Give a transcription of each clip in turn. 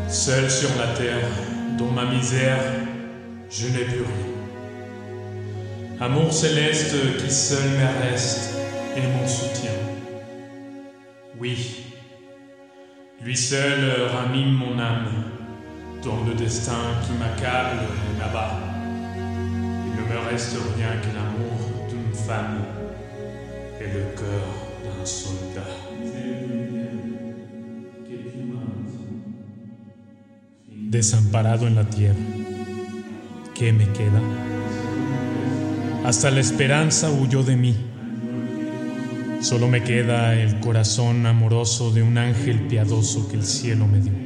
Seul sur la terre, dans ma misère, je n'ai plus rien. Amour céleste qui seul me reste est mon soutien. Oui, lui seul ranime mon âme dans le destin qui m'accable et m'abat. Il ne me reste rien que l'amour d'une femme et le cœur d'un soldat. Desamparado en la tierra, ¿qué me queda? Hasta la esperanza huyó de mí. Solo me queda el corazón amoroso de un ángel piadoso que el cielo me dio.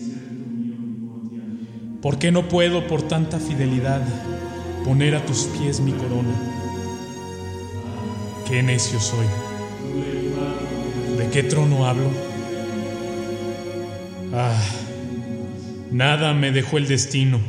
¿Por qué no puedo por tanta fidelidad poner a tus pies mi corona? Qué necio soy. ¿De qué trono hablo? Nada me dejó el destino.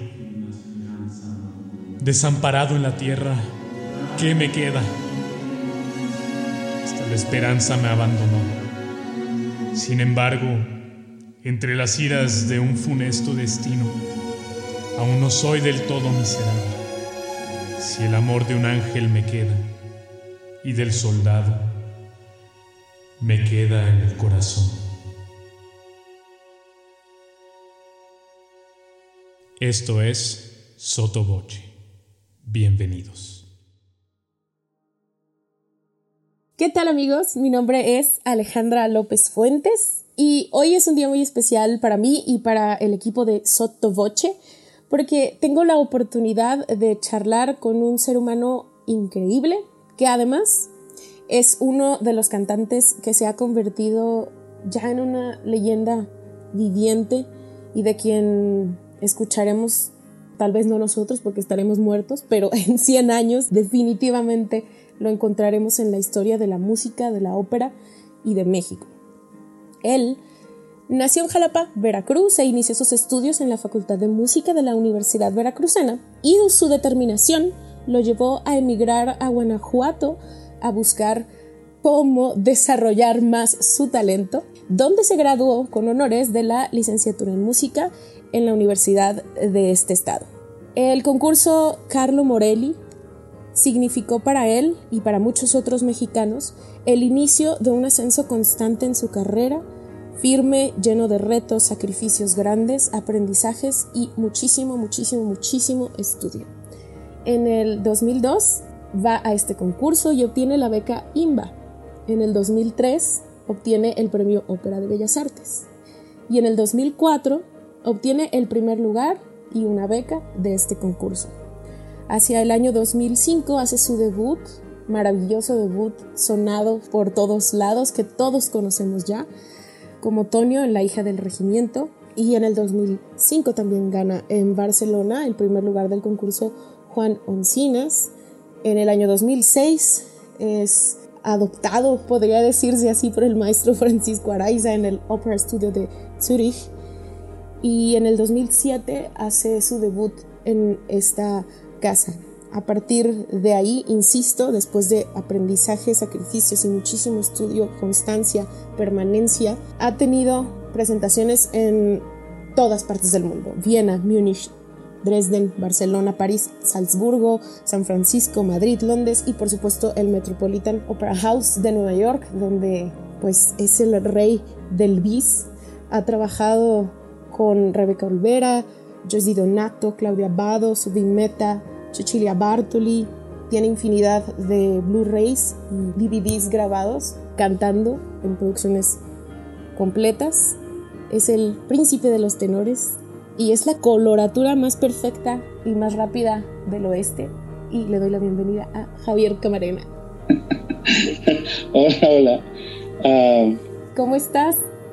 Desamparado en la tierra, ¿qué me queda? Hasta la esperanza me abandonó. Sin embargo, entre las iras de un funesto destino, aún no soy del todo miserable. Si el amor de un ángel me queda, y del soldado me queda en el corazón. Esto es Sotto Voce. Bienvenidos. ¿Qué tal, amigos? Mi nombre es Alejandra López Fuentes y hoy es un día muy especial para mí y para el equipo de Sotto Voce porque tengo la oportunidad de charlar con un ser humano increíble que además es uno de los cantantes que se ha convertido ya en una leyenda viviente y de quien escucharemos, tal vez no nosotros porque estaremos muertos, pero en 100 años definitivamente lo encontraremos en la historia de la música, de la ópera y de México. Él nació en Jalapa, Veracruz, e inició sus estudios en la Facultad de Música de la Universidad Veracruzana, y su determinación lo llevó a emigrar a Guanajuato a buscar cómo desarrollar más su talento, donde se graduó con honores de la licenciatura en música en la universidad de este estado. El concurso Carlo Morelli significó para él y para muchos otros mexicanos el inicio de un ascenso constante en su carrera, firme, lleno de retos, sacrificios grandes, aprendizajes y muchísimo estudio. En el 2002 va a este concurso y obtiene la beca IMBA. En el 2003 obtiene el premio Ópera de Bellas Artes. Y en el 2004 obtiene el primer lugar y una beca de este concurso. Hacia el año 2005 hace su debut, maravilloso debut, sonado por todos lados, que todos conocemos ya, como Tonio en La hija del regimiento. Y en el 2005 también gana en Barcelona el primer lugar del concurso Juan Oncinas. En el año 2006 es adoptado, podría decirse así, por el maestro Francisco Araiza en el Opera Studio de Zurich. Y en el 2007 hace su debut en esta casa. A partir de ahí, insisto, después de aprendizaje, sacrificios y muchísimo estudio, constancia, permanencia, ha tenido presentaciones en todas partes del mundo: Viena, Múnich, Dresden, Barcelona, París, Salzburgo, San Francisco, Madrid, Londres y por supuesto el Metropolitan Opera House de Nueva York, donde pues es el rey del bis. Ha trabajado con Rebeca Olvera, Joyce Di Donato, Claudia Abbado, Zubin Mehta, Cecilia Bartoli. Tiene infinidad de Blu-rays y DVDs grabados cantando en producciones completas. Es el príncipe de los tenores y es la coloratura más perfecta y más rápida del oeste. Y le doy la bienvenida a Javier Camarena. Hola. ¿Cómo estás?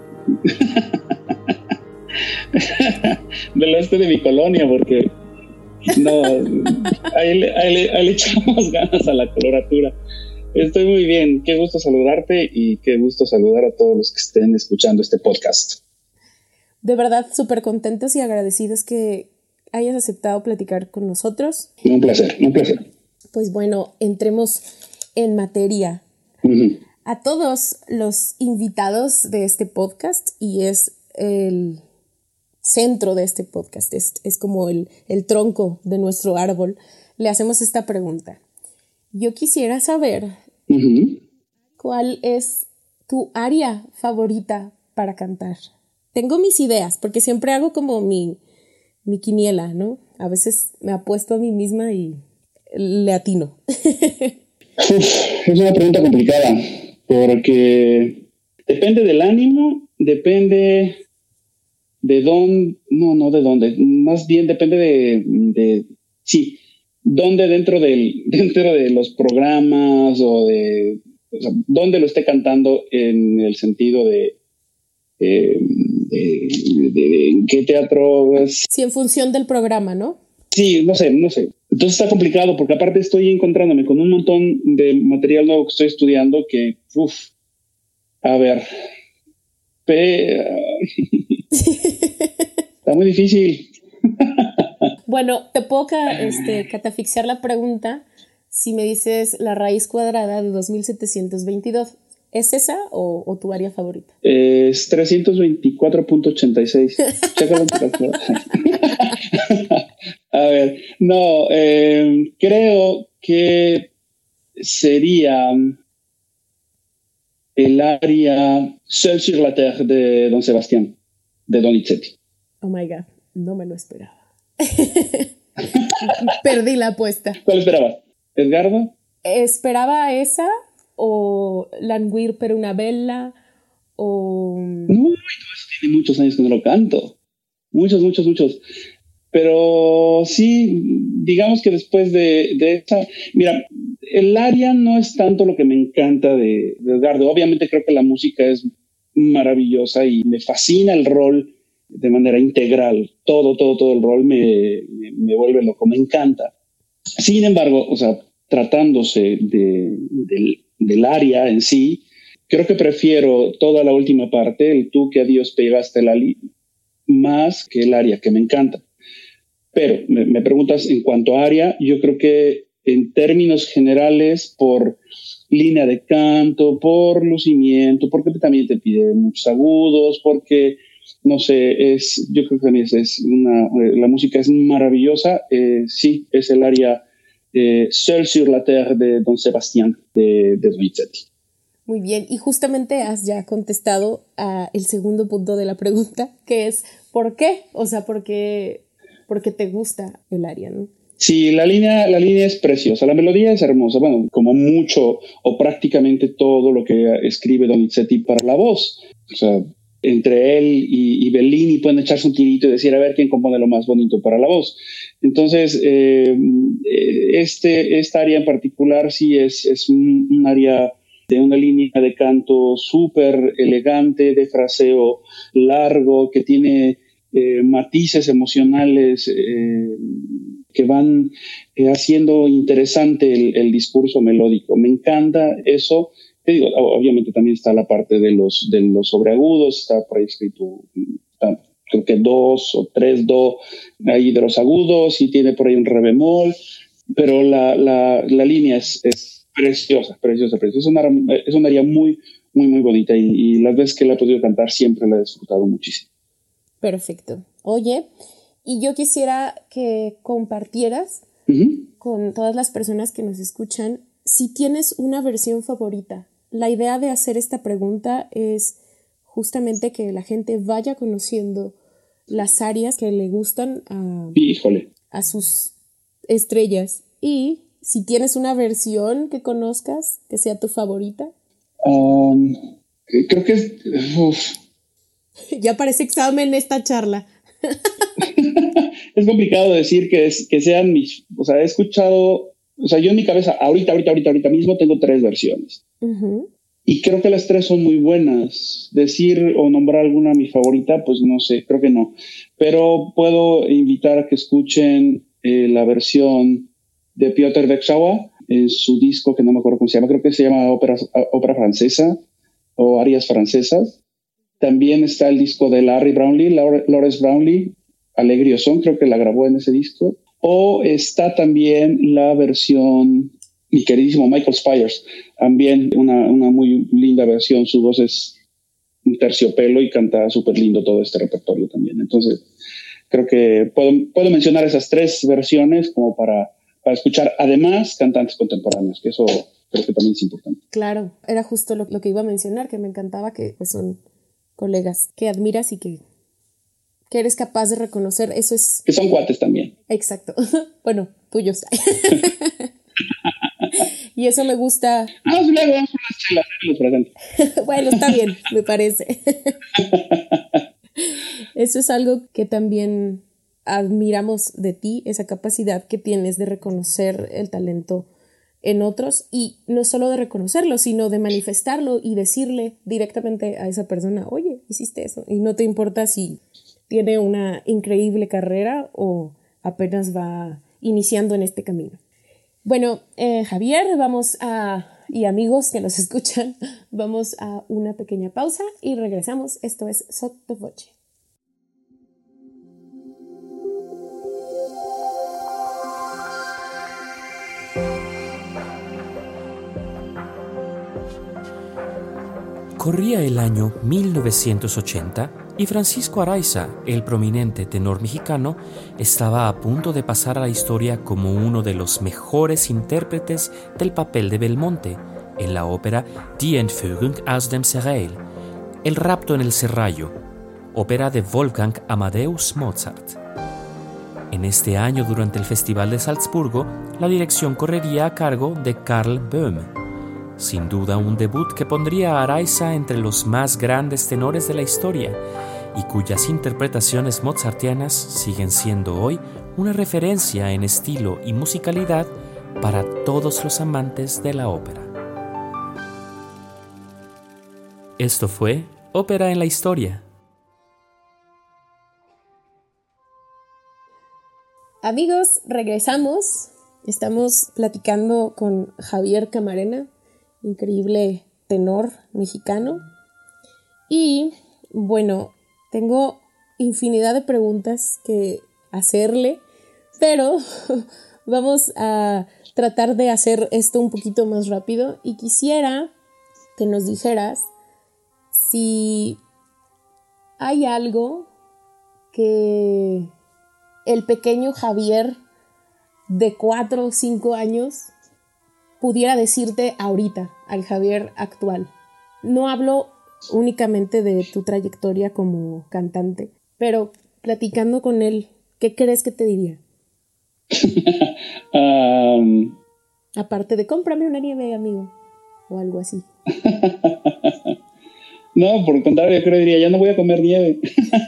Del oeste de mi colonia, porque no, ahí le echamos ganas a la coloratura. Estoy muy bien, qué gusto saludarte y qué gusto saludar a todos los que estén escuchando este podcast. De verdad, súper contentos y agradecidos que hayas aceptado platicar con nosotros. Un placer. Pues bueno, entremos en materia. Uh-huh. A todos los invitados de este podcast, y es el centro de este podcast, es como el tronco de nuestro árbol, le hacemos esta pregunta. Yo quisiera saber cuál es tu aria favorita para cantar. Tengo mis ideas, porque siempre hago como mi quiniela, ¿no? A veces me apuesto a mí misma y le atino. Es una pregunta complicada, porque depende del ánimo, depende de dónde, no de dónde, más bien depende de dónde dentro de los programas o sea, dónde lo esté cantando en el sentido de qué teatro es. Sí, en función del programa, ¿no? Sí, no sé. Entonces está complicado porque aparte estoy encontrándome con un montón de material nuevo que estoy estudiando que, a ver, está muy difícil. Bueno, te puedo catafixiar la pregunta si me dices la raíz cuadrada de 2722. ¿Es esa o tu área favorita? Es 324.86. A ver, no, creo que sería el área Seul sur la terre de Don Sebastián, de Donizetti. Oh my God, no me lo esperaba. Perdí la apuesta. ¿Cuál esperabas? ¿Edgardo? ¿Esperaba esa o Languir per una bella o...? No, tiene muchos años que no lo canto. Muchos. Pero sí, digamos que después de esa... Mira, el área no es tanto lo que me encanta de Edgardo. Obviamente creo que la música es maravillosa y me fascina el rol de manera integral. Todo el rol me vuelve loco, me encanta. Sin embargo, o sea, tratándose del área en sí, creo que prefiero toda la última parte, el tú que a Dios pegaste Lali, más que el área, que me encanta. Pero me preguntas en cuanto a área, yo creo que en términos generales, por línea de canto, por lucimiento, porque también te pide muchos agudos, porque, no sé, yo creo que la música es maravillosa. Sí, es el área Seul sur la terre de Don Sebastián, de Donizetti. Muy bien, y justamente has ya contestado a el segundo punto de la pregunta, que es ¿por qué? O sea, porque te gusta el área, ¿no? Sí, la línea es preciosa, la melodía es hermosa, bueno, como mucho o prácticamente todo lo que escribe Donizetti para la voz. O sea, entre él y Bellini pueden echarse un tirito y decir a ver quién compone lo más bonito para la voz. Entonces, esta área en particular sí es un área de una línea de canto súper elegante, de fraseo largo, que tiene matices emocionales que van haciendo interesante el discurso melódico. Me encanta eso. Te digo, obviamente también está la parte de los sobreagudos, está por ahí escrito, creo que 2 o 3 do ahí de los agudos, y tiene por ahí un re bemol, pero la línea es preciosa. Es una área muy bonita y las veces que la he podido cantar siempre la he disfrutado muchísimo. Perfecto. Oye, y yo quisiera que compartieras con todas las personas que nos escuchan si tienes una versión favorita. La idea de hacer esta pregunta es justamente que la gente vaya conociendo las áreas que le gustan a sus estrellas. Y si tienes una versión que conozcas, que sea tu favorita. Creo que Ya parece examen esta charla. Es complicado decir que sean mis... O sea, he escuchado... O sea, yo en mi cabeza, ahorita mismo tengo 3 versiones. Y creo que las 3 son muy buenas. Decir o nombrar alguna mi favorita, pues no sé, creo que no. Pero puedo invitar a que escuchen la versión de Piotr Beczała en su disco, que no me acuerdo cómo se llama, creo que se llama ópera francesa o arias francesas. También está el disco de Lawrence Brownlee, Alegrio Son, creo que la grabó en ese disco. O está también la versión, mi queridísimo Michael Spyers, también una muy linda versión, su voz es terciopelo y canta súper lindo todo este repertorio también. Entonces, creo que puedo mencionar esas 3 versiones como para escuchar, además, cantantes contemporáneos, que eso creo que también es importante. Claro, era justo lo que iba a mencionar, que me encantaba que pues, son colegas que admiras y que eres capaz de reconocer. Eso es... Que son cuates también. Exacto. Bueno, tuyos. Y eso me gusta. Luego vamos por las chelas, los presento. Bueno, está bien, me parece. Eso es algo que también admiramos de ti, esa capacidad que tienes de reconocer el talento en otros, y no solo de reconocerlo, sino de manifestarlo y decirle directamente a esa persona, oye, hiciste eso, y no te importa si tiene una increíble carrera o apenas va iniciando en este camino. Bueno, Javier, y amigos que nos escuchan, vamos a una pequeña pausa y regresamos. Esto es Sotto Voce. Corría el año 1980 y Francisco Araiza, el prominente tenor mexicano, estaba a punto de pasar a la historia como uno de los mejores intérpretes del papel de Belmonte en la ópera Die Entführung aus dem Serail, El rapto en el serrallo, ópera de Wolfgang Amadeus Mozart. En este año, durante el Festival de Salzburgo, la dirección correría a cargo de Karl Böhm. Sin duda un debut que pondría a Araiza entre los más grandes tenores de la historia y cuyas interpretaciones mozartianas siguen siendo hoy una referencia en estilo y musicalidad para todos los amantes de la ópera. Esto fue Ópera en la Historia. Amigos, regresamos. Estamos platicando con Javier Camarena, increíble tenor mexicano. Y bueno, tengo infinidad de preguntas que hacerle, pero vamos a tratar de hacer esto un poquito más rápido y quisiera que nos dijeras si hay algo que el pequeño Javier de 4 o 5 años pudiera decirte ahorita, al Javier actual. No hablo únicamente de tu trayectoria como cantante, pero platicando con él, ¿qué crees que te diría? Aparte de cómprame una nieve, amigo, o algo así. No, por el contrario, yo creo que diría, ya no voy a comer nieve.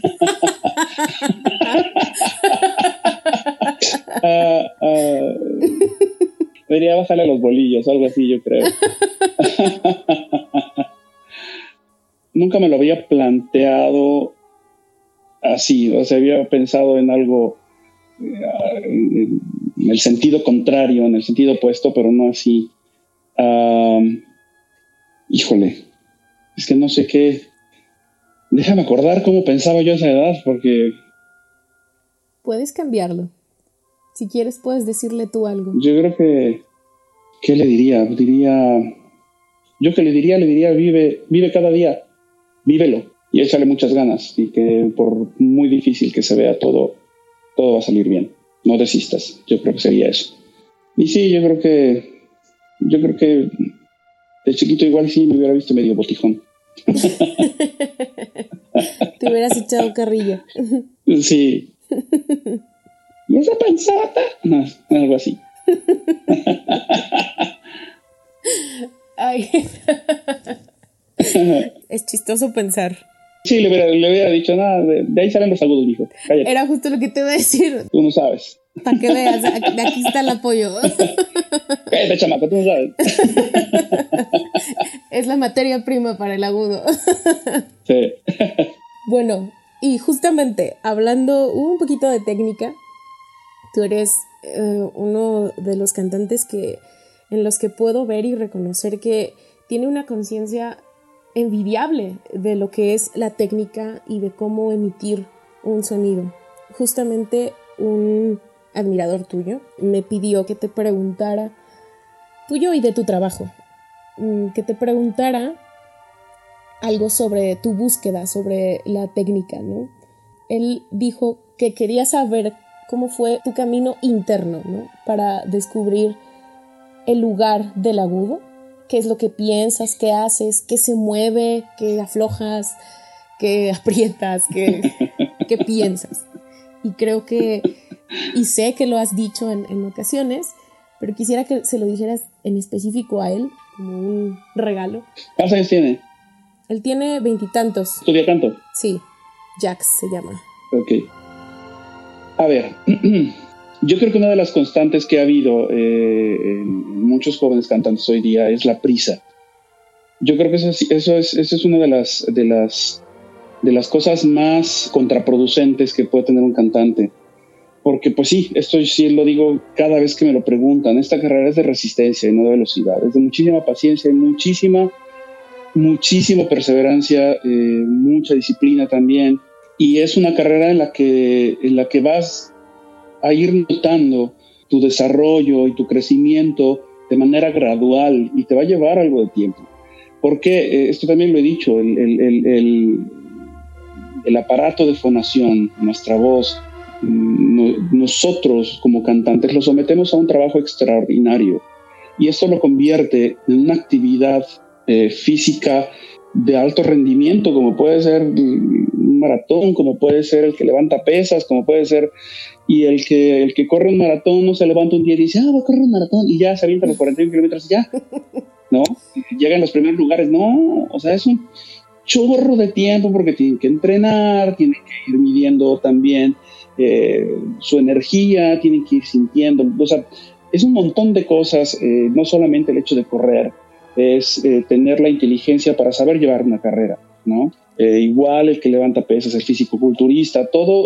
Debería bajarle a los bolillos, algo así, yo creo. Nunca me lo había planteado así, o sea, había pensado en algo en el sentido contrario, en el sentido opuesto, pero no así. Híjole, es que no sé qué. Déjame acordar cómo pensaba yo a esa edad, porque... Puedes cambiarlo. Si quieres, puedes decirle tú algo. Yo creo que... ¿Qué le diría? Le diría, vive cada día, vívelo y échale muchas ganas, y que por muy difícil que se vea, todo va a salir bien. No desistas, yo creo que sería eso. Y sí, yo creo que de chiquito igual sí me hubiera visto medio botijón. Te hubieras echado carrilla. Sí. ¿Y esa panzota? No, algo así. Ay. Es chistoso pensar. Sí, le hubiera dicho, nada, de ahí salen los agudos, mijo. Cállate. Era justo lo que te iba a decir. Tú no sabes. Para que veas, de aquí está el apoyo. Cállate, chamaco, tú no sabes. Es la materia prima para el agudo. Sí. Bueno, y justamente hablando un poquito de técnica, tú eres uno de los cantantes en los que puedo ver y reconocer que tiene una conciencia envidiable de lo que es la técnica y de cómo emitir un sonido. Justamente un admirador tuyo me pidió que te preguntara, tuyo y de tu trabajo, que te preguntara algo sobre tu búsqueda, sobre la técnica, ¿no? Él dijo que quería saber cómo fue tu camino interno, ¿no? Para descubrir el lugar del agudo, qué es lo que piensas, qué haces, qué se mueve, qué aflojas, qué aprietas, qué piensas. Y creo que, y sé que lo has dicho en ocasiones, pero quisiera que se lo dijeras en específico a él, como un regalo. ¿Cuántos años tiene? Él tiene 20 y tantos. ¿Estudia canto? Sí, Jax se llama. Ok. A ver, yo creo que una de las constantes que ha habido en muchos jóvenes cantantes hoy día es la prisa. Yo creo que eso es una de las cosas más contraproducentes que puede tener un cantante. Porque pues sí, esto sí lo digo cada vez que me lo preguntan, esta carrera es de resistencia y no de velocidad, es de muchísima paciencia y muchísima perseverancia, mucha disciplina también. Y es una carrera en la que vas a ir notando tu desarrollo y tu crecimiento de manera gradual y te va a llevar algo de tiempo. Porque esto también lo he dicho, el aparato de fonación, nuestra voz, nosotros como cantantes lo sometemos a un trabajo extraordinario y esto lo convierte en una actividad física de alto rendimiento, como puede ser un maratón, como puede ser el que levanta pesas, como puede ser, y el que corre un maratón no se levanta un día y dice, voy a correr un maratón, y ya se avienta los 41 kilómetros y ya, ¿no? Llega en los primeros lugares, no, o sea, es un chorro de tiempo porque tienen que entrenar, tienen que ir midiendo también su energía, tienen que ir sintiendo, o sea, es un montón de cosas, no solamente el hecho de correr, es tener la inteligencia para saber llevar una carrera, ¿no? Igual el que levanta pesas, el fisicoculturista, toda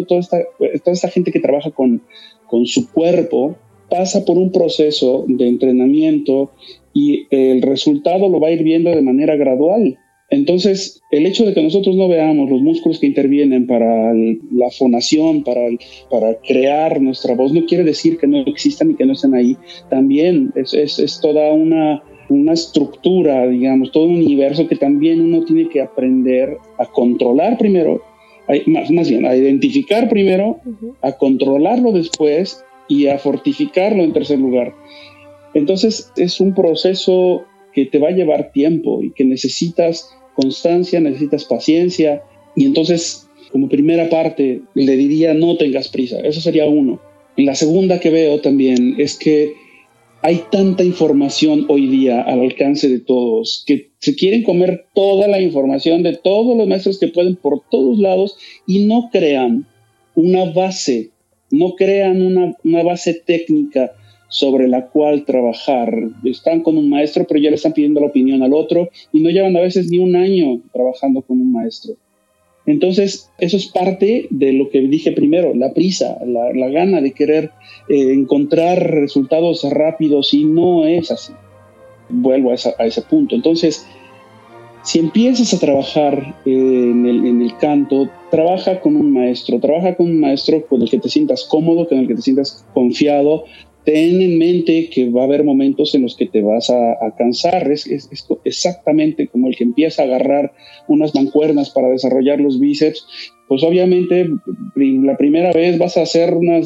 esta gente que trabaja con su cuerpo pasa por un proceso de entrenamiento y el resultado lo va a ir viendo de manera gradual. Entonces, el hecho de que nosotros no veamos los músculos que intervienen para la fonación, para crear nuestra voz, no quiere decir que no existan y que no estén ahí. También es toda una estructura, digamos, todo un universo que también uno tiene que aprender a controlar primero, más bien a identificar primero, a controlarlo después y a fortificarlo en tercer lugar. Entonces es un proceso que te va a llevar tiempo y que necesitas constancia, necesitas paciencia, y entonces como primera parte le diría no tengas prisa, eso sería uno. Y la segunda que veo también es que hay tanta información hoy día al alcance de todos que se quieren comer toda la información de todos los maestros que pueden por todos lados y no crean una base, no crean una base técnica sobre la cual trabajar. Están con un maestro, pero ya le están pidiendo la opinión al otro y no llevan a veces ni un año trabajando con un maestro. Entonces, eso es parte de lo que dije primero, la prisa, la gana de querer encontrar resultados rápidos, y no es así. Vuelvo a ese punto. Entonces, si empiezas a trabajar en el canto, trabaja con un maestro con el que te sientas cómodo, con el que te sientas confiado. Ten en mente que va a haber momentos en los que te vas a cansar. Es exactamente como el que empieza a agarrar unas mancuernas para desarrollar los bíceps. Pues obviamente la primera vez vas a hacer unas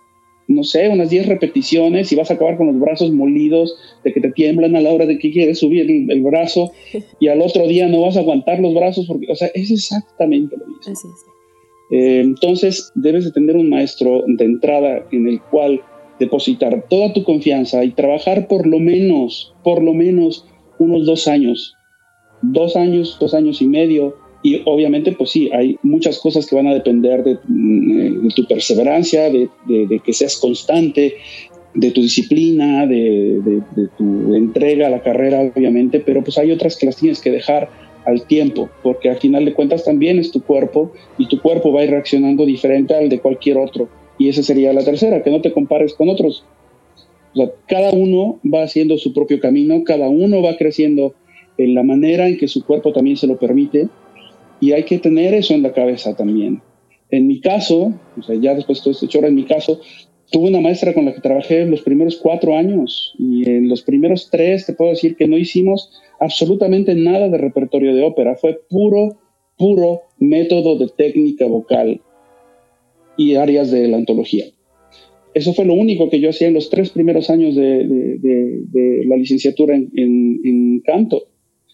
10 repeticiones y vas a acabar con los brazos molidos de que te tiemblan a la hora de que quieres subir el brazo, y al otro día no vas a aguantar los brazos porque, o sea, es exactamente lo mismo. Así es. Entonces debes de tener un maestro de entrada en el cual depositar toda tu confianza y trabajar por lo menos unos 2 años, 2 años y medio. Y obviamente, pues sí, hay muchas cosas que van a depender de tu perseverancia, de que seas constante, de tu disciplina, de tu entrega a la carrera, obviamente, pero pues hay otras que las tienes que dejar al tiempo, porque al final de cuentas también es tu cuerpo, y tu cuerpo va a ir reaccionando diferente al de cualquier otro. Y esa sería la tercera, que no te compares con otros. O sea, cada uno va haciendo su propio camino, cada uno va creciendo en la manera en que su cuerpo también se lo permite, y hay que tener eso en la cabeza también. En mi caso, o sea, ya después de todo este chorro, en mi caso, Tuve una maestra con la que trabajé los primeros 4 años y en los primeros 3 te puedo decir que no hicimos absolutamente nada de repertorio de ópera. Fue puro método de técnica vocal y áreas de la antología. Eso fue lo único que yo hacía en los 3 primeros años de la licenciatura en canto.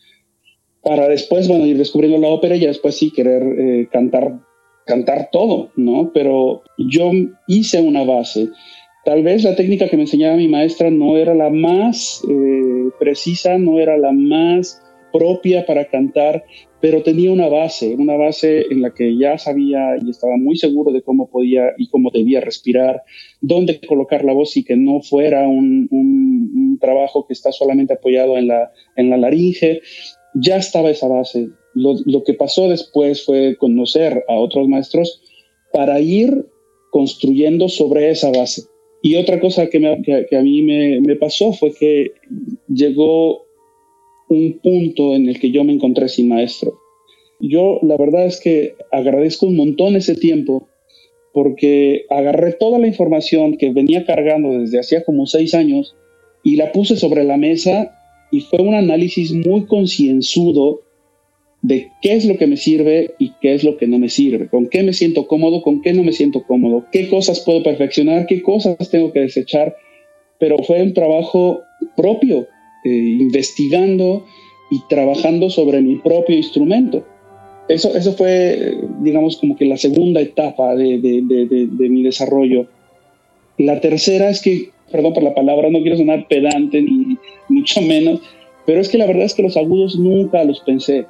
Para después, bueno, ir descubriendo la ópera y después sí querer cantar todo, ¿no? Pero yo hice una base. Tal vez la técnica que me enseñaba mi maestra no era la más precisa, no era la más propia para cantar, pero tenía una base en la que ya sabía y estaba muy seguro de cómo podía y cómo debía respirar, dónde colocar la voz y que no fuera un trabajo que está solamente apoyado en la laringe. Ya estaba esa base. Lo que pasó después fue conocer a otros maestros para ir construyendo sobre esa base. Y otra cosa que a mí me pasó fue que llegó un punto en el que yo me encontré sin maestro. Yo la verdad es que agradezco un montón ese tiempo porque agarré toda la información que venía cargando desde hacía como 6 años y la puse sobre la mesa y fue un análisis muy concienzudo de qué es lo que me sirve y qué es lo que no me sirve, con qué me siento cómodo, con qué no me siento cómodo, qué cosas puedo perfeccionar, qué cosas tengo que desechar, pero fue un trabajo propio, investigando y trabajando sobre mi propio instrumento. Eso fue, digamos, como que la segunda etapa de mi desarrollo. La tercera es que, perdón por la palabra, no quiero sonar pedante ni mucho menos, pero es que la verdad es que los agudos nunca los pensé.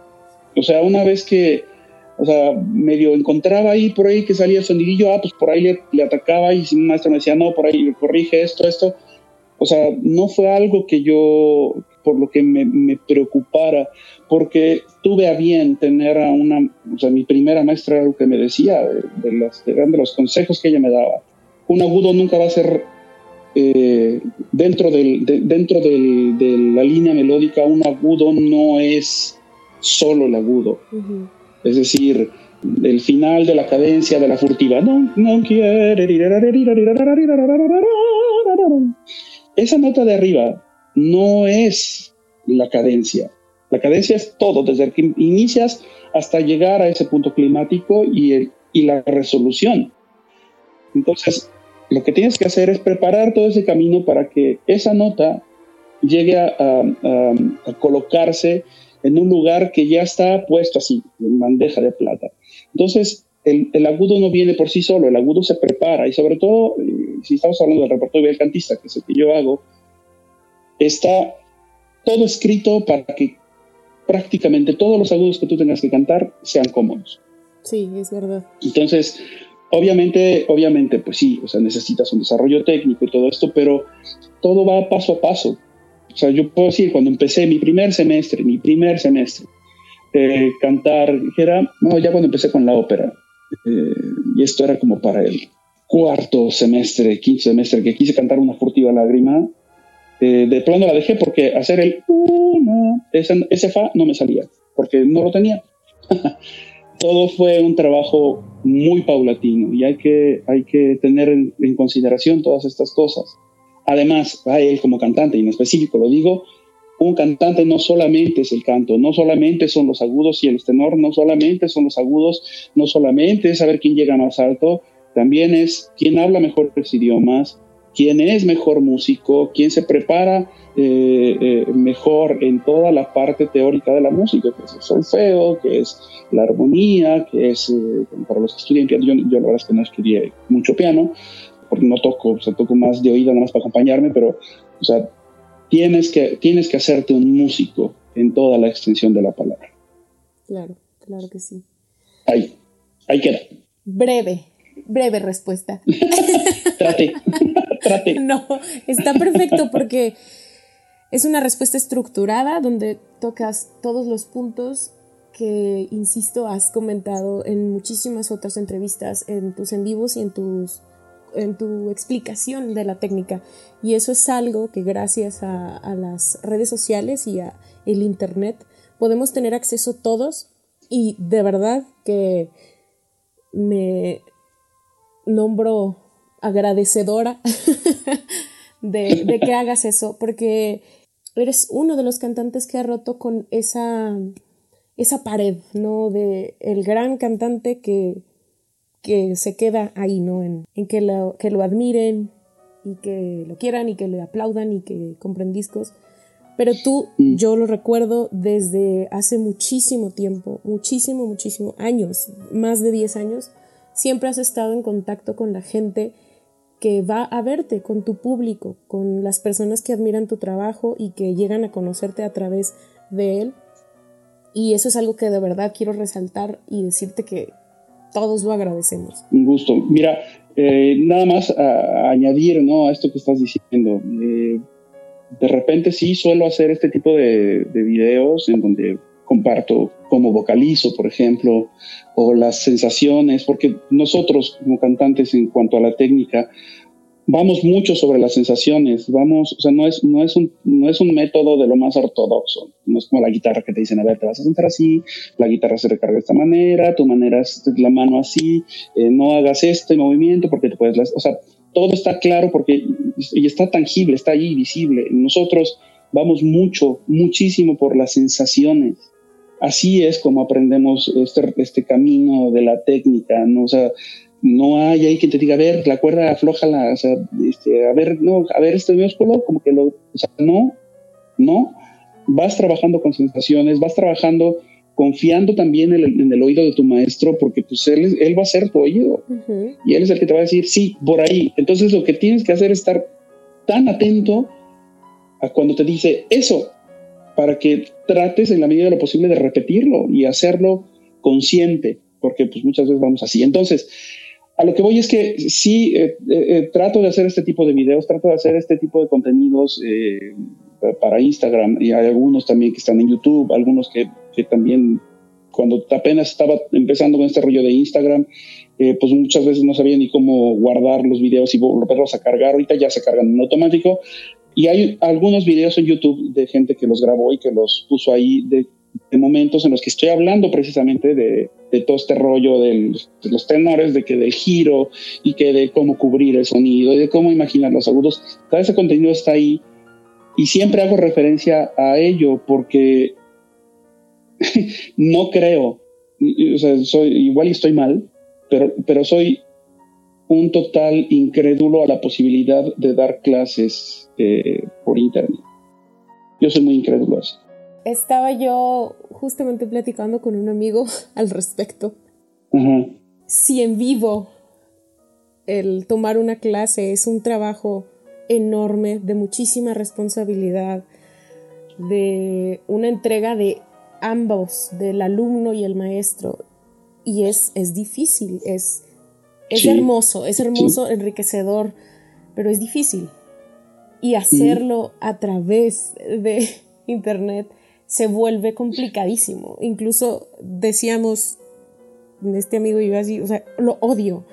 O sea, una vez que, medio encontraba ahí, por ahí que salía el sonidillo, pues por ahí le atacaba y si mi maestro me decía, no, por ahí corrige esto. O sea, no fue algo que yo, por lo que me preocupara, porque tuve a bien tener a mi primera maestra, algo que me decía, eran de los consejos que ella me daba. Un agudo nunca va a ser, dentro de la línea melódica, un agudo no es solo el agudo. Uh-huh. Es decir, el final de la cadencia de la furtiva. No quiere. Esa nota de arriba no es la cadencia. La cadencia es todo, desde que inicias hasta llegar a ese punto climático y la resolución. Entonces, lo que tienes que hacer es preparar todo ese camino para que esa nota llegue a colocarse en un lugar que ya está puesto así, en bandeja de plata. Entonces, el agudo no viene por sí solo, el agudo se prepara, y sobre todo, si estamos hablando del repertorio del cantista, que es el que yo hago, está todo escrito para que prácticamente todos los agudos que tú tengas que cantar sean cómodos. Sí, es verdad. Entonces, obviamente, pues sí, o sea, necesitas un desarrollo técnico y todo esto, pero todo va paso a paso. O sea, yo puedo decir, cuando empecé mi primer semestre, cantar, ya cuando empecé con la ópera, y esto era como para el quinto semestre, que quise cantar una furtiva lágrima, de plano la dejé porque hacer el ese fa no me salía, porque no lo tenía. Todo fue un trabajo muy paulatino y hay que tener en consideración todas estas cosas. Además, a él como cantante, y en específico lo digo, un cantante no solamente es el canto, no solamente son los agudos y el tenor, no solamente son los agudos, no solamente es saber quién llega más alto, también es quién habla mejores idiomas, quién es mejor músico, quién se prepara mejor en toda la parte teórica de la música, que es el solfeo, que es la armonía, que es, para los que estudian piano, yo la verdad es que no estudié mucho piano, porque no toco, toco más de oído, nada más para acompañarme, pero, tienes que hacerte un músico en toda la extensión de la palabra. Claro que sí. Ahí queda. Breve respuesta. Trate. No, está perfecto porque es una respuesta estructurada donde tocas todos los puntos que, insisto, has comentado en muchísimas otras entrevistas, en tus en vivos y en tu explicación de la técnica, y eso es algo que gracias a las redes sociales y a el internet podemos tener acceso todos, y de verdad que me nombro agradecedora de que hagas eso, porque eres uno de los cantantes que ha roto con esa pared, ¿no? De el gran cantante que se queda ahí, ¿no? En que lo admiren y que lo quieran y que le aplaudan y que compren discos. Pero tú, yo lo recuerdo desde hace muchísimo tiempo, muchísimo años, más de 10 años, siempre has estado en contacto con la gente que va a verte, con tu público, con las personas que admiran tu trabajo y que llegan a conocerte a través de él. Y eso es algo que de verdad quiero resaltar y decirte que todos lo agradecemos. Un gusto. Mira, nada más a añadir, ¿no?, a esto que estás diciendo. De repente sí suelo hacer este tipo de videos en donde comparto cómo vocalizo, por ejemplo, o las sensaciones, porque nosotros como cantantes, en cuanto a la técnica, vamos mucho sobre las sensaciones, o sea, no es un método de lo más ortodoxo, no es como la guitarra que te dicen, a ver, te vas a sentar así, la guitarra se recarga de esta manera, tu manera es la mano así, no hagas este movimiento porque te puedes, o sea, todo está claro porque y está tangible, está ahí visible. Nosotros vamos muchísimo por las sensaciones. Así es como aprendemos este camino de la técnica, ¿no? O sea, no hay ahí quien te diga, a ver, la cuerda aflójala, o sea, a ver este músculo, como que o sea, no. Vas trabajando con sensaciones, vas trabajando confiando también en el oído de tu maestro, porque pues él va a ser tu oído, y él es el que te va a decir, sí, por ahí. Entonces lo que tienes que hacer es estar tan atento a cuando te dice eso, para que trates en la medida de lo posible de repetirlo y hacerlo consciente, porque pues muchas veces vamos así. Entonces, a lo que voy es que sí, trato de hacer este tipo de videos, trato de hacer este tipo de contenidos para Instagram, y hay algunos también que están en YouTube, algunos que también, cuando apenas estaba empezando con este rollo de Instagram, pues muchas veces no sabía ni cómo guardar los videos y volverlos a cargar. Ahorita ya se cargan en automático, y hay algunos videos en YouTube de gente que los grabó y que los puso ahí de momentos en los que estoy hablando precisamente de todo este rollo de los tenores, del giro, y que de cómo cubrir el sonido y de cómo imaginar los agudos. Todo ese contenido está ahí, y siempre hago referencia a ello porque no creo, o sea, igual y estoy mal, pero soy un total incrédulo a la posibilidad de dar clases por internet. Yo soy muy incrédulo a eso. Estaba yo justamente platicando con un amigo al respecto. Ajá. Si en vivo el tomar una clase es un trabajo enorme, de muchísima responsabilidad, de una entrega de ambos, del alumno y el maestro, y es difícil, es sí. hermoso, sí. Enriquecedor, pero es difícil, y hacerlo a través de internet se vuelve complicadísimo. Incluso decíamos, este amigo y yo así, o sea, lo odio,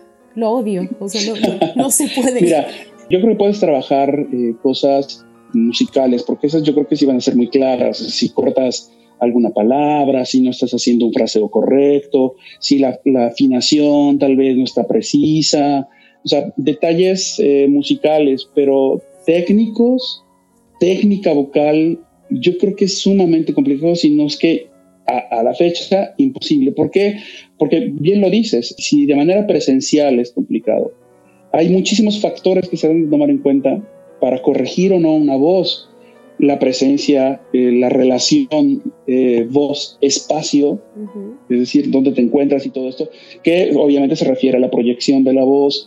o sea, no se puede. Mira, yo creo que puedes trabajar cosas musicales, porque esas yo creo que sí van a ser muy claras. Si cortas alguna palabra, si no estás haciendo un fraseo correcto, si la afinación tal vez no está precisa, o sea, detalles musicales, pero técnicos, técnica vocal, yo creo que es sumamente complicado, si no es que a la fecha imposible. ¿Por qué? Porque bien lo dices, si de manera presencial es complicado, hay muchísimos factores que se deben tomar en cuenta para corregir o no una voz. La presencia, la relación voz-espacio, es decir, dónde te encuentras y todo esto, que obviamente se refiere a la proyección de la voz,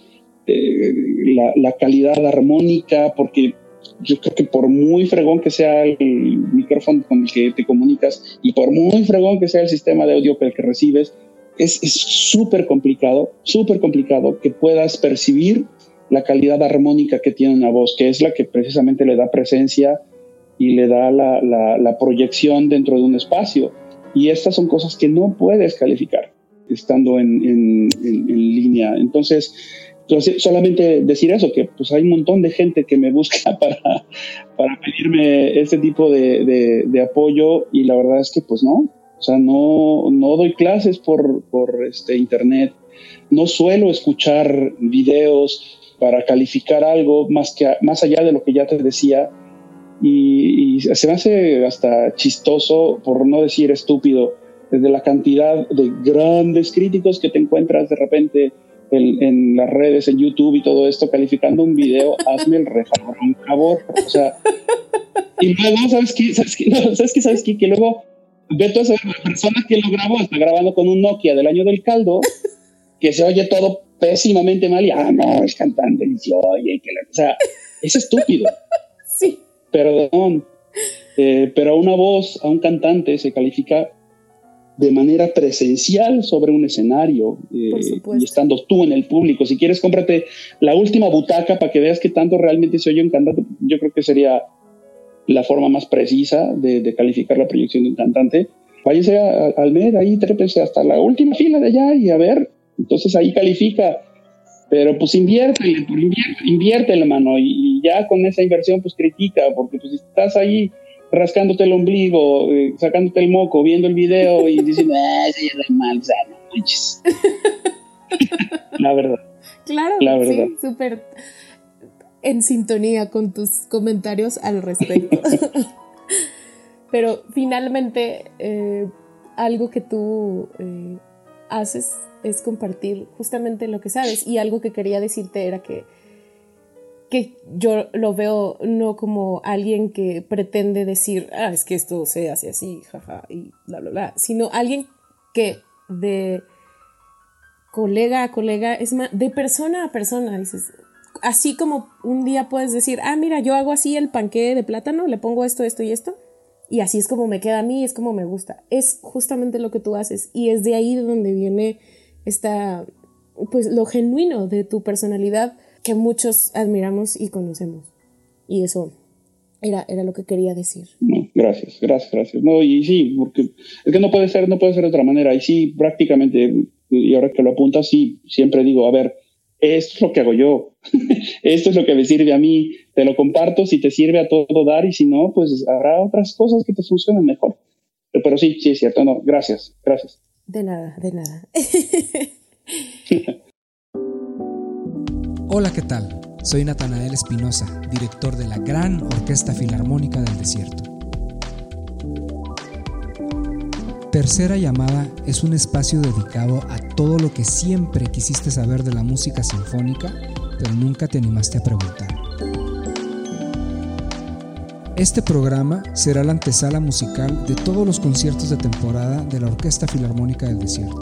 la calidad armónica, porque yo creo que por muy fregón que sea el micrófono con el que te comunicas y por muy fregón que sea el sistema de audio que recibes, es súper complicado que puedas percibir la calidad armónica que tiene una voz, que es la que precisamente le da presencia y le da la proyección dentro de un espacio. Y estas son cosas que no puedes calificar estando en línea. Entonces, solamente decir eso, que pues hay un montón de gente que me busca para pedirme este tipo de apoyo, y la verdad es que pues no. O sea, no doy clases por internet. No suelo escuchar videos para calificar algo más allá de lo que ya te decía, y se me hace hasta chistoso, por no decir estúpido, desde la cantidad de grandes críticos que te encuentras de repente en las redes, en YouTube y todo esto, calificando un video. Hazme el favor, o sea, y luego, ¿sabes qué? Que luego ve toda esa persona que lo grabó, está grabando con un Nokia del año del caldo, que se oye todo pésimamente mal, y no, es cantante, y se oye, o sea, es estúpido. Sí. Perdón, pero a una voz, a un cantante se califica de manera presencial sobre un escenario, y estando tú en el público. Si quieres, cómprate la última butaca para que veas qué tanto realmente se oye un cantante. Yo creo que sería la forma más precisa de calificar la proyección de un cantante. Váyase al MED, ahí trépese hasta la última fila de allá y a ver, entonces ahí califica. Pero pues inviértele, mano, y ya con esa inversión pues critica, porque pues si estás ahí rascándote el ombligo, sacándote el moco, viendo el video y diciendo, ese ya es mal, o sea, no manches. La verdad. Claro, la verdad. Sí, súper en sintonía con tus comentarios al respecto. Pero finalmente, algo que tú haces es compartir justamente lo que sabes, y algo que quería decirte era que yo lo veo no como alguien que pretende decir, es que esto se hace así, jaja, y bla, bla, bla, sino alguien que de colega a colega, es más, de persona a persona, dices, así como un día puedes decir, mira, yo hago así el panqué de plátano, le pongo esto, esto y esto, y así es como me queda a mí, es como me gusta. Es justamente lo que tú haces, y es de ahí de donde viene pues lo genuino de tu personalidad, que muchos admiramos y conocemos. Y eso era lo que quería decir. No, gracias. No, y sí, porque es que no puede ser de otra manera. Y sí, prácticamente, y ahora que lo apuntas, sí, siempre digo, a ver, esto es lo que hago yo. Esto es lo que me sirve a mí. Te lo comparto si te sirve a todo dar, y si no, pues habrá otras cosas que te funcionen mejor. Pero sí, es cierto. No, gracias. De nada. Hola, ¿qué tal? Soy Natanael Espinosa, director de la Gran Orquesta Filarmónica del Desierto. Tercera Llamada es un espacio dedicado a todo lo que siempre quisiste saber de la música sinfónica, pero nunca te animaste a preguntar. Este programa será la antesala musical de todos los conciertos de temporada de la Orquesta Filarmónica del Desierto.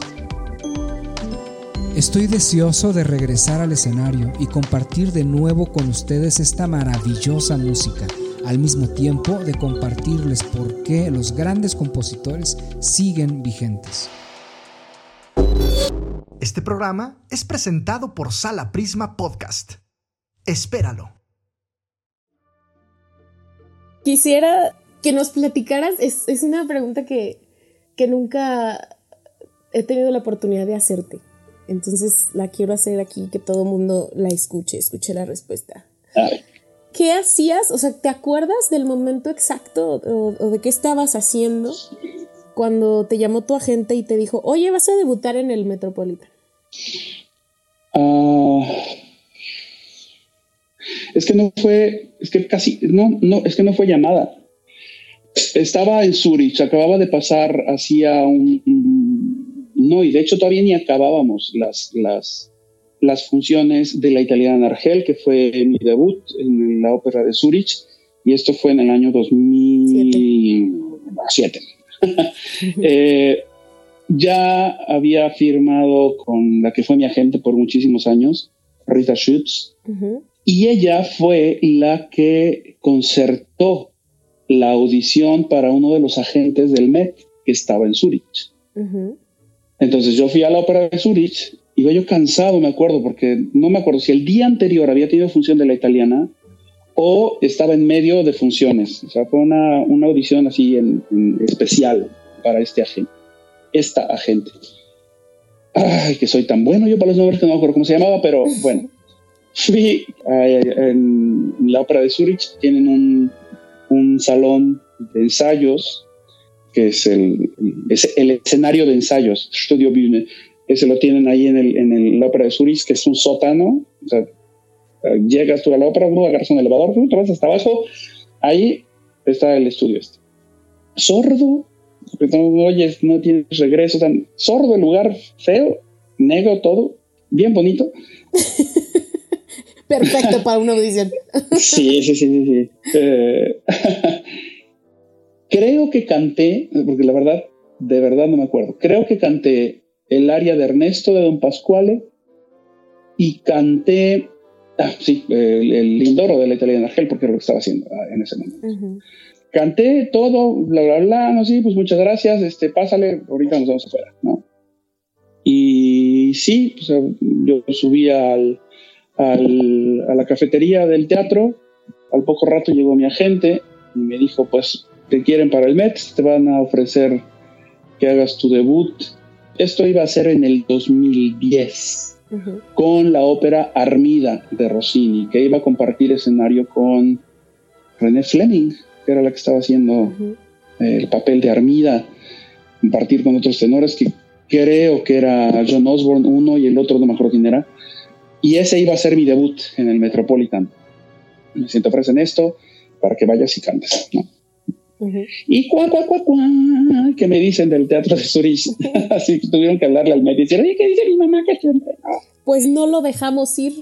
Estoy deseoso de regresar al escenario y compartir de nuevo con ustedes esta maravillosa música, al mismo tiempo de compartirles por qué los grandes compositores siguen vigentes. Este programa es presentado por Sala Prisma Podcast. Espéralo. Quisiera que nos platicaras, es una pregunta que nunca he tenido la oportunidad de hacerte. Entonces la quiero hacer aquí, que todo el mundo la escuche la respuesta. ¿Qué hacías? O sea, ¿te acuerdas del momento exacto o de qué estabas haciendo cuando te llamó tu agente y te dijo, oye, vas a debutar en el Metropolitan? Es que no fue llamada. Estaba en Zurich, acababa de pasar hacia no, y de hecho todavía ni acabábamos las funciones de la italiana Argel, que fue mi debut en la ópera de Zurich, y esto fue en el año 2007. Ya había firmado con la que fue mi agente por muchísimos años, Rita Schutz, y ella fue la que concertó la audición para uno de los agentes del Met que estaba en Zurich. Entonces yo fui a la ópera de Zurich, iba yo cansado, me acuerdo, porque no me acuerdo si el día anterior había tenido función de la italiana o estaba en medio de funciones. O sea, fue una audición así en especial para esta agente. Ay, que soy tan bueno yo para los nombres que no me acuerdo cómo se llamaba, pero bueno. Fui en la ópera de Zurich, tienen un salón de ensayos, que es el escenario de ensayos, Studiobühne, Ese lo tienen ahí en la ópera de Zurich, que es un sótano. O sea, llegas tú a la ópera, agarras un elevador, te vas hasta abajo. Ahí está el estudio este. Sordo, porque no oyes, no tienes regreso. Tan sordo el lugar, feo, negro todo, bien bonito. Perfecto para una audición. Sí. Creo que canté, porque la verdad, de verdad no me acuerdo. Creo que canté el aria de Ernesto de Don Pasquale y canté, el Lindoro de la Italiana Argel, porque era lo que estaba haciendo en ese momento. Uh-huh. Canté todo, bla, bla, bla, no, sí, pues muchas gracias, pásale, ahorita nos vamos afuera, ¿no? Y sí, pues, yo subí a la cafetería del teatro. Al poco rato llegó mi agente y me dijo, pues te quieren para el Met, te van a ofrecer que hagas tu debut. Esto iba a ser en el 2010, uh-huh, con la ópera Armida de Rossini, que iba a compartir escenario con René Fleming, que era la que estaba haciendo, uh-huh, el papel de Armida, compartir con otros tenores, que creo que era John Osborne uno y el otro no me acuerdo quién era. Y ese iba a ser mi debut en el Metropolitan. Me siento, ofrecen esto para que vayas y cantes, ¿no? Uh-huh. Y que me dicen del Teatro de Zurich. Así que tuvieron que hablarle al médico y decir, oye, ¿qué dice mi mamá? Que siempre no. Pues no lo dejamos ir.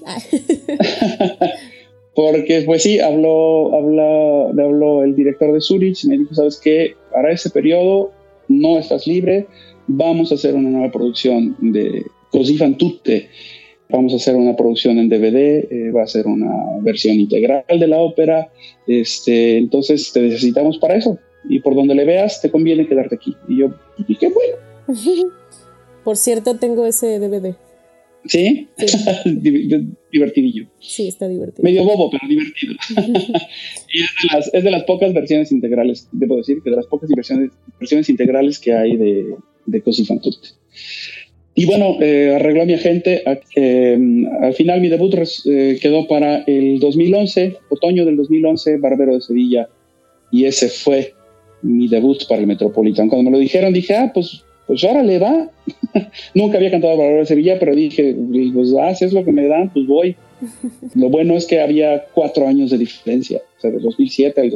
Porque, pues sí, me habló el director de Zurich y me dijo, ¿sabes qué? Para ese periodo no estás libre, vamos a hacer una nueva producción de Così fan tutte. Vamos a hacer una producción en DVD, va a ser una versión integral de la ópera, entonces te necesitamos para eso. Y por donde le veas, te conviene quedarte aquí. Y yo, ¿y qué bueno? Por cierto, tengo ese DVD. ¿Sí? Divertidillo. Sí, está divertido. Medio bobo, pero divertido. Y es de las pocas versiones integrales, debo decir, que de las pocas versiones integrales que hay de Così fan tutte. Y bueno, arregló a mi agente. Al final mi debut quedó para el 2011, otoño del 2011, Barbero de Sevilla. Y ese fue mi debut para el Metropolitan. Cuando me lo dijeron, dije, pues órale, va. Nunca había cantado Barbero de Sevilla, pero dije, pues si es lo que me dan, pues voy. Lo bueno es que había 4 años de diferencia, o sea, del 2007 al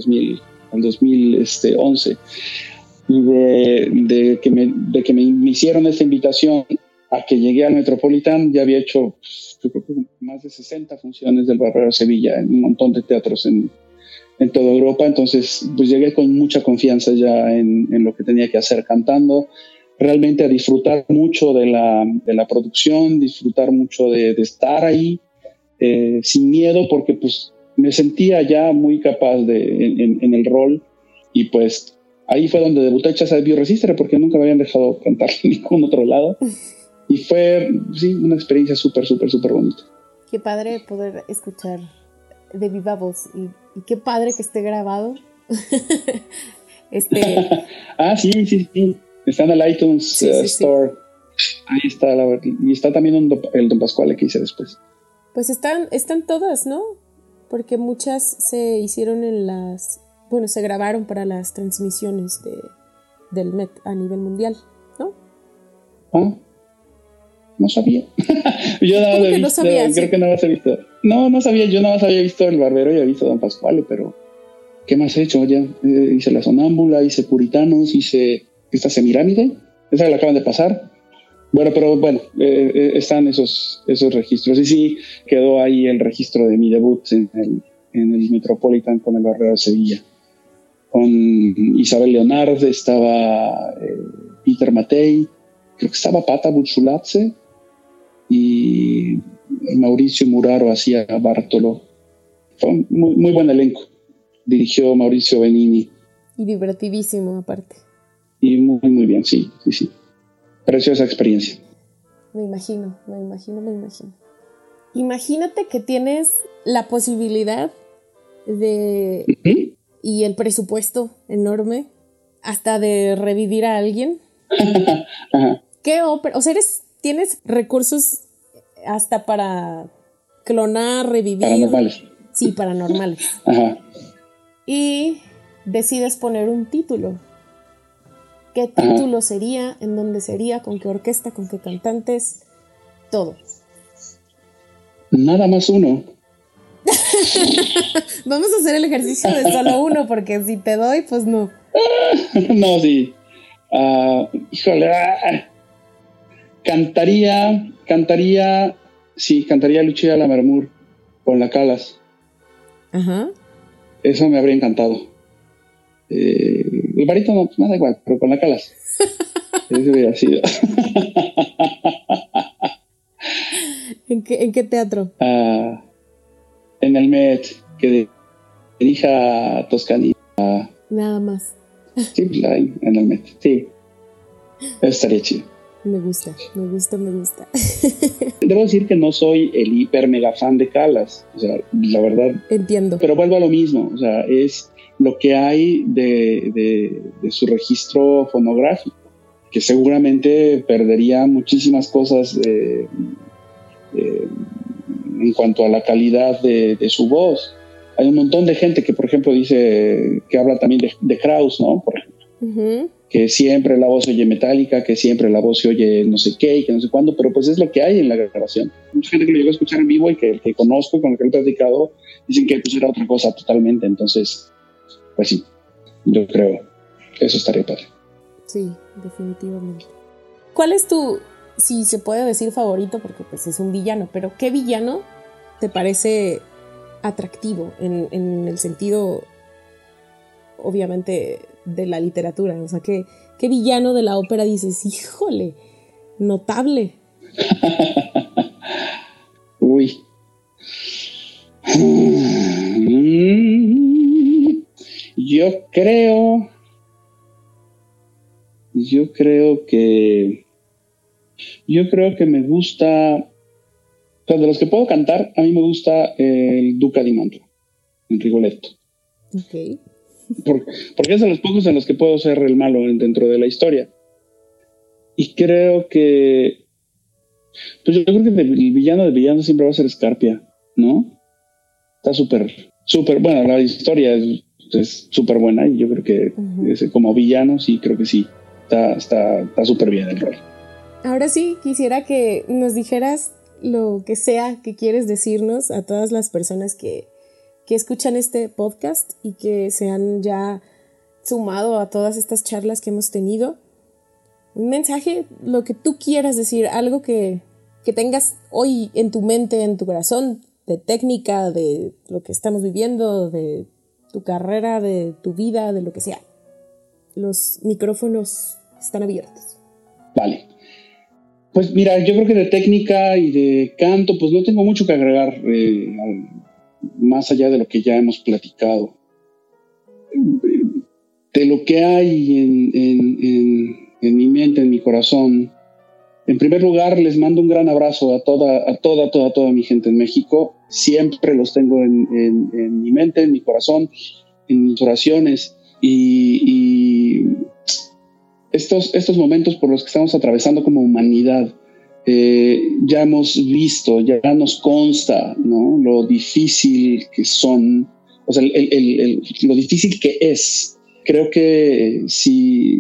2011. Y de que me hicieron esta invitación a que llegué al Metropolitan, ya había hecho, yo creo que más de 60 funciones del Barbero de Sevilla en un montón de teatros en toda Europa. Entonces, pues llegué con mucha confianza ya en lo que tenía que hacer cantando, realmente a disfrutar mucho de la producción, disfrutar mucho de estar ahí, sin miedo, porque pues me sentía ya muy capaz en el rol. Y pues ahí fue donde debuté Chasa de Bioresistere, porque nunca me habían dejado cantar en ningún otro lado. Y fue, sí, una experiencia súper, súper, súper bonita. Qué padre poder escuchar de viva voz. Y qué padre que esté grabado. Sí. Está en el iTunes Store. Sí. Ahí está. Y está también el Don Pasquale que hice después. Pues están todas, ¿no? Porque muchas se hicieron se grabaron para las transmisiones del Met a nivel mundial, ¿no? No sabía. Yo nada más no sabía, creo que nada más he visto. No sabía, yo nada más había visto El Barbero y había visto Don Pasquale, pero ¿qué más he hecho? Ya hice La Sonámbula, hice Puritanos, hice esta Semirámide, esa la acaban de pasar. Bueno, están esos registros. Y sí, quedó ahí el registro de mi debut en el Metropolitan con el Barbero de Sevilla. Con Isabel Leonard, estaba Peter Mattei, creo que estaba Pata Bucciolazzi y Mauricio Muraro hacía Bartolo. Fue un muy buen elenco. Dirigió Mauricio Benini. Y divertidísimo aparte. Y muy, muy bien, sí. Preciosa experiencia. Me imagino. Imagínate que tienes la posibilidad de... Uh-huh. Y el presupuesto enorme hasta de revivir a alguien. Ajá. ¿Qué ópera? O sea, tienes recursos hasta para clonar, revivir. Paranormales. Sí, paranormales. Ajá. Y decides poner un título. ¿Qué título sería? ¿En dónde sería? ¿Con qué orquesta? ¿Con qué cantantes? Todo. Nada más uno. Vamos a hacer el ejercicio de solo uno, porque si te doy, pues no. No, sí. Híjole. Cantaría Lucia Lammermoor con la Calas. Ajá. Eso me habría encantado. El barítono, pues me da igual, pero con la Calas. Eso hubiera sido. ¿En qué teatro? En el Met, que dirija Toscani. Nada más. Sí, en el Met. Sí. Eso estaría chido. Me gusta. Debo decir que no soy el hiper mega fan de Calas. O sea, la verdad. Entiendo. Pero vuelvo a lo mismo. O sea, es lo que hay de su registro fonográfico, que seguramente perdería muchísimas cosas en cuanto a la calidad de su voz. Hay un montón de gente que, por ejemplo, dice que habla también de Krauss, ¿no? Por ejemplo. Uh-huh. Que siempre la voz se oye metálica, que siempre la voz se oye no sé qué y que no sé cuándo, pero pues es lo que hay en la grabación. Mucha gente que lo llegó a escuchar en vivo y que conozco, con el que he platicado, dicen que pues era otra cosa totalmente. Entonces, pues sí, yo creo que eso estaría padre. Sí, definitivamente. ¿Cuál es tu, si se puede decir, favorito? Porque pues es un villano, pero ¿qué villano te parece atractivo en el sentido, obviamente, de la literatura? O sea, ¿qué villano de la ópera dices, híjole, notable? Uy. Yo creo que me gusta, o sea, de los que puedo cantar, a mí me gusta el Duca di Mantua, en Rigoletto. Ok. Porque es de los pocos en los que puedo ser el malo dentro de la historia. Y creo que, pues yo creo que el villano de villanos siempre va a ser Scarpia, ¿no? Está súper, bueno, la historia es súper buena y yo creo que como villano sí, creo que sí, está súper bien el rol. Ahora sí, quisiera que nos dijeras lo que sea que quieres decirnos a todas las personas que escuchan este podcast y que se han ya sumado a todas estas charlas que hemos tenido. Un mensaje, lo que tú quieras decir, algo que tengas hoy en tu mente, en tu corazón, de técnica, de lo que estamos viviendo, de tu carrera, de tu vida, de lo que sea. Los micrófonos están abiertos. Vale. Pues mira, yo creo que de técnica y de canto, pues no tengo mucho que agregar más allá de lo que ya hemos platicado. De lo que hay en mi mente, en mi corazón. En primer lugar, les mando un gran abrazo a toda mi gente en México. Siempre los tengo en mi mente, en mi corazón, en mis oraciones. Y estos momentos por los que estamos atravesando como humanidad, ya hemos visto, ya nos consta, ¿no? Lo difícil que son, o sea, lo difícil que es. Creo que si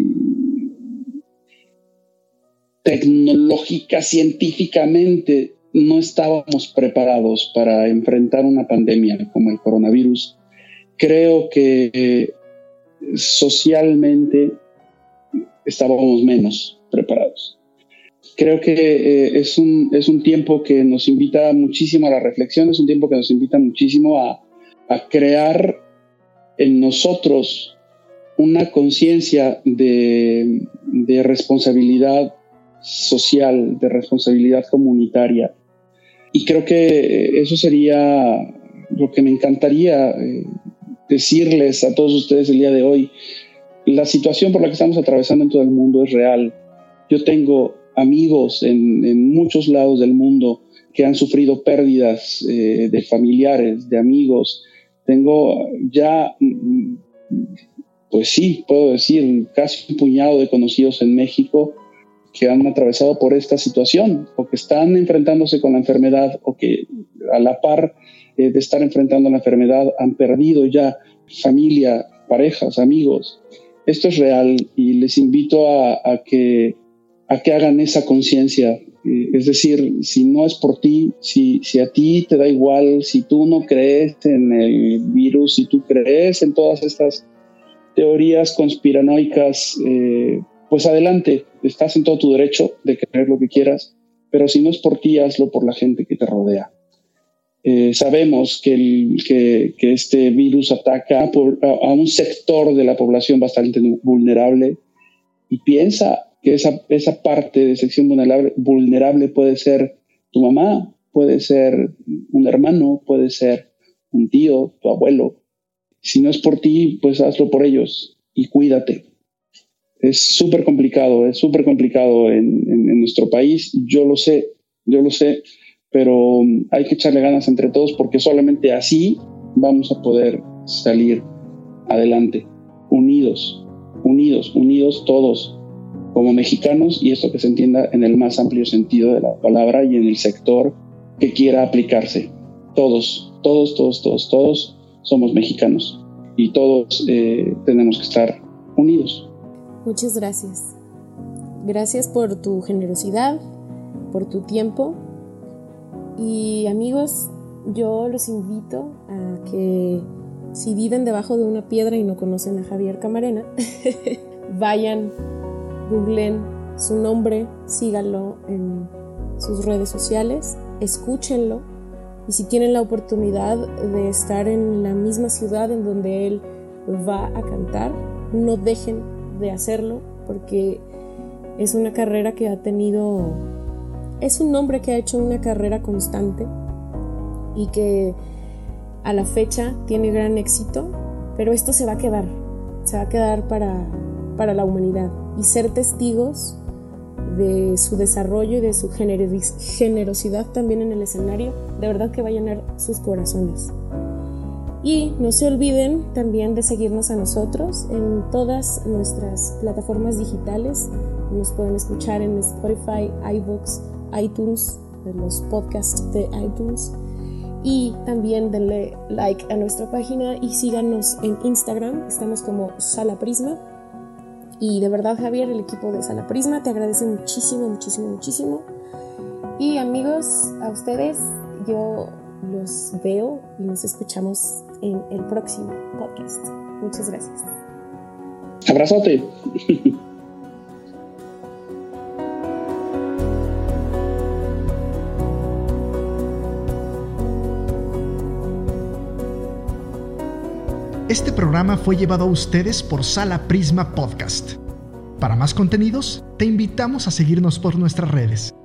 tecnológica, científicamente, no estábamos preparados para enfrentar una pandemia como el coronavirus, creo que socialmente estábamos menos preparados. Creo que es un tiempo que nos invita muchísimo a la reflexión, es un tiempo que nos invita muchísimo a crear en nosotros una conciencia de responsabilidad social, de responsabilidad comunitaria. Y creo que eso sería lo que me encantaría decirles a todos ustedes el día de hoy. La situación por la que estamos atravesando en todo el mundo es real. Yo tengo amigos en muchos lados del mundo que han sufrido pérdidas de familiares, de amigos. Tengo ya, pues sí, puedo decir, casi un puñado de conocidos en México que han atravesado por esta situación o que están enfrentándose con la enfermedad o que a la par de estar enfrentando la enfermedad han perdido ya familia, parejas, amigos. esto es real y les invito a que hagan esa conciencia. Es decir, si no es por ti, si a ti te da igual, si tú no crees en el virus, si tú crees en todas estas teorías conspiranoicas, pues adelante, estás en todo tu derecho de creer lo que quieras, pero si no es por ti, hazlo por la gente que te rodea. Sabemos que este virus ataca a un sector de la población bastante vulnerable, y piensa que esa parte de sección vulnerable puede ser tu mamá, puede ser un hermano, puede ser un tío, tu abuelo. Si no es por ti, pues hazlo por ellos y cuídate. Es súper complicado en nuestro país. Yo lo sé, pero hay que echarle ganas entre todos, porque solamente así vamos a poder salir adelante, unidos todos como mexicanos, y esto que se entienda en el más amplio sentido de la palabra y en el sector que quiera aplicarse. Todos somos mexicanos y todos tenemos que estar unidos. Muchas gracias. Gracias por tu generosidad, por tu tiempo. Y amigos, yo los invito a que, si viven debajo de una piedra y no conocen a Javier Camarena, vayan, googlen su nombre, síganlo en sus redes sociales, escúchenlo, y si tienen la oportunidad de estar en la misma ciudad en donde él va a cantar, no dejen de hacerlo, porque es una carrera que es un hombre que ha hecho una carrera constante y que a la fecha tiene gran éxito, pero esto se va a quedar para la humanidad, y ser testigos de su desarrollo y de su generosidad también en el escenario, de verdad que va a llenar sus corazones. Y no se olviden también de seguirnos a nosotros en todas nuestras plataformas digitales. Nos pueden escuchar en Spotify, iVoox, iTunes, en los podcasts de iTunes. Y también denle like a nuestra página y síganos en Instagram. Estamos como Sala Prisma. Y de verdad, Javier, el equipo de Sala Prisma te agradece muchísimo. Y amigos, a ustedes, yo los veo y nos escuchamos en el próximo podcast. Muchas gracias. Abrazote. Este programa fue llevado a ustedes por Sala Prisma Podcast. Para más contenidos, te invitamos a seguirnos por nuestras redes.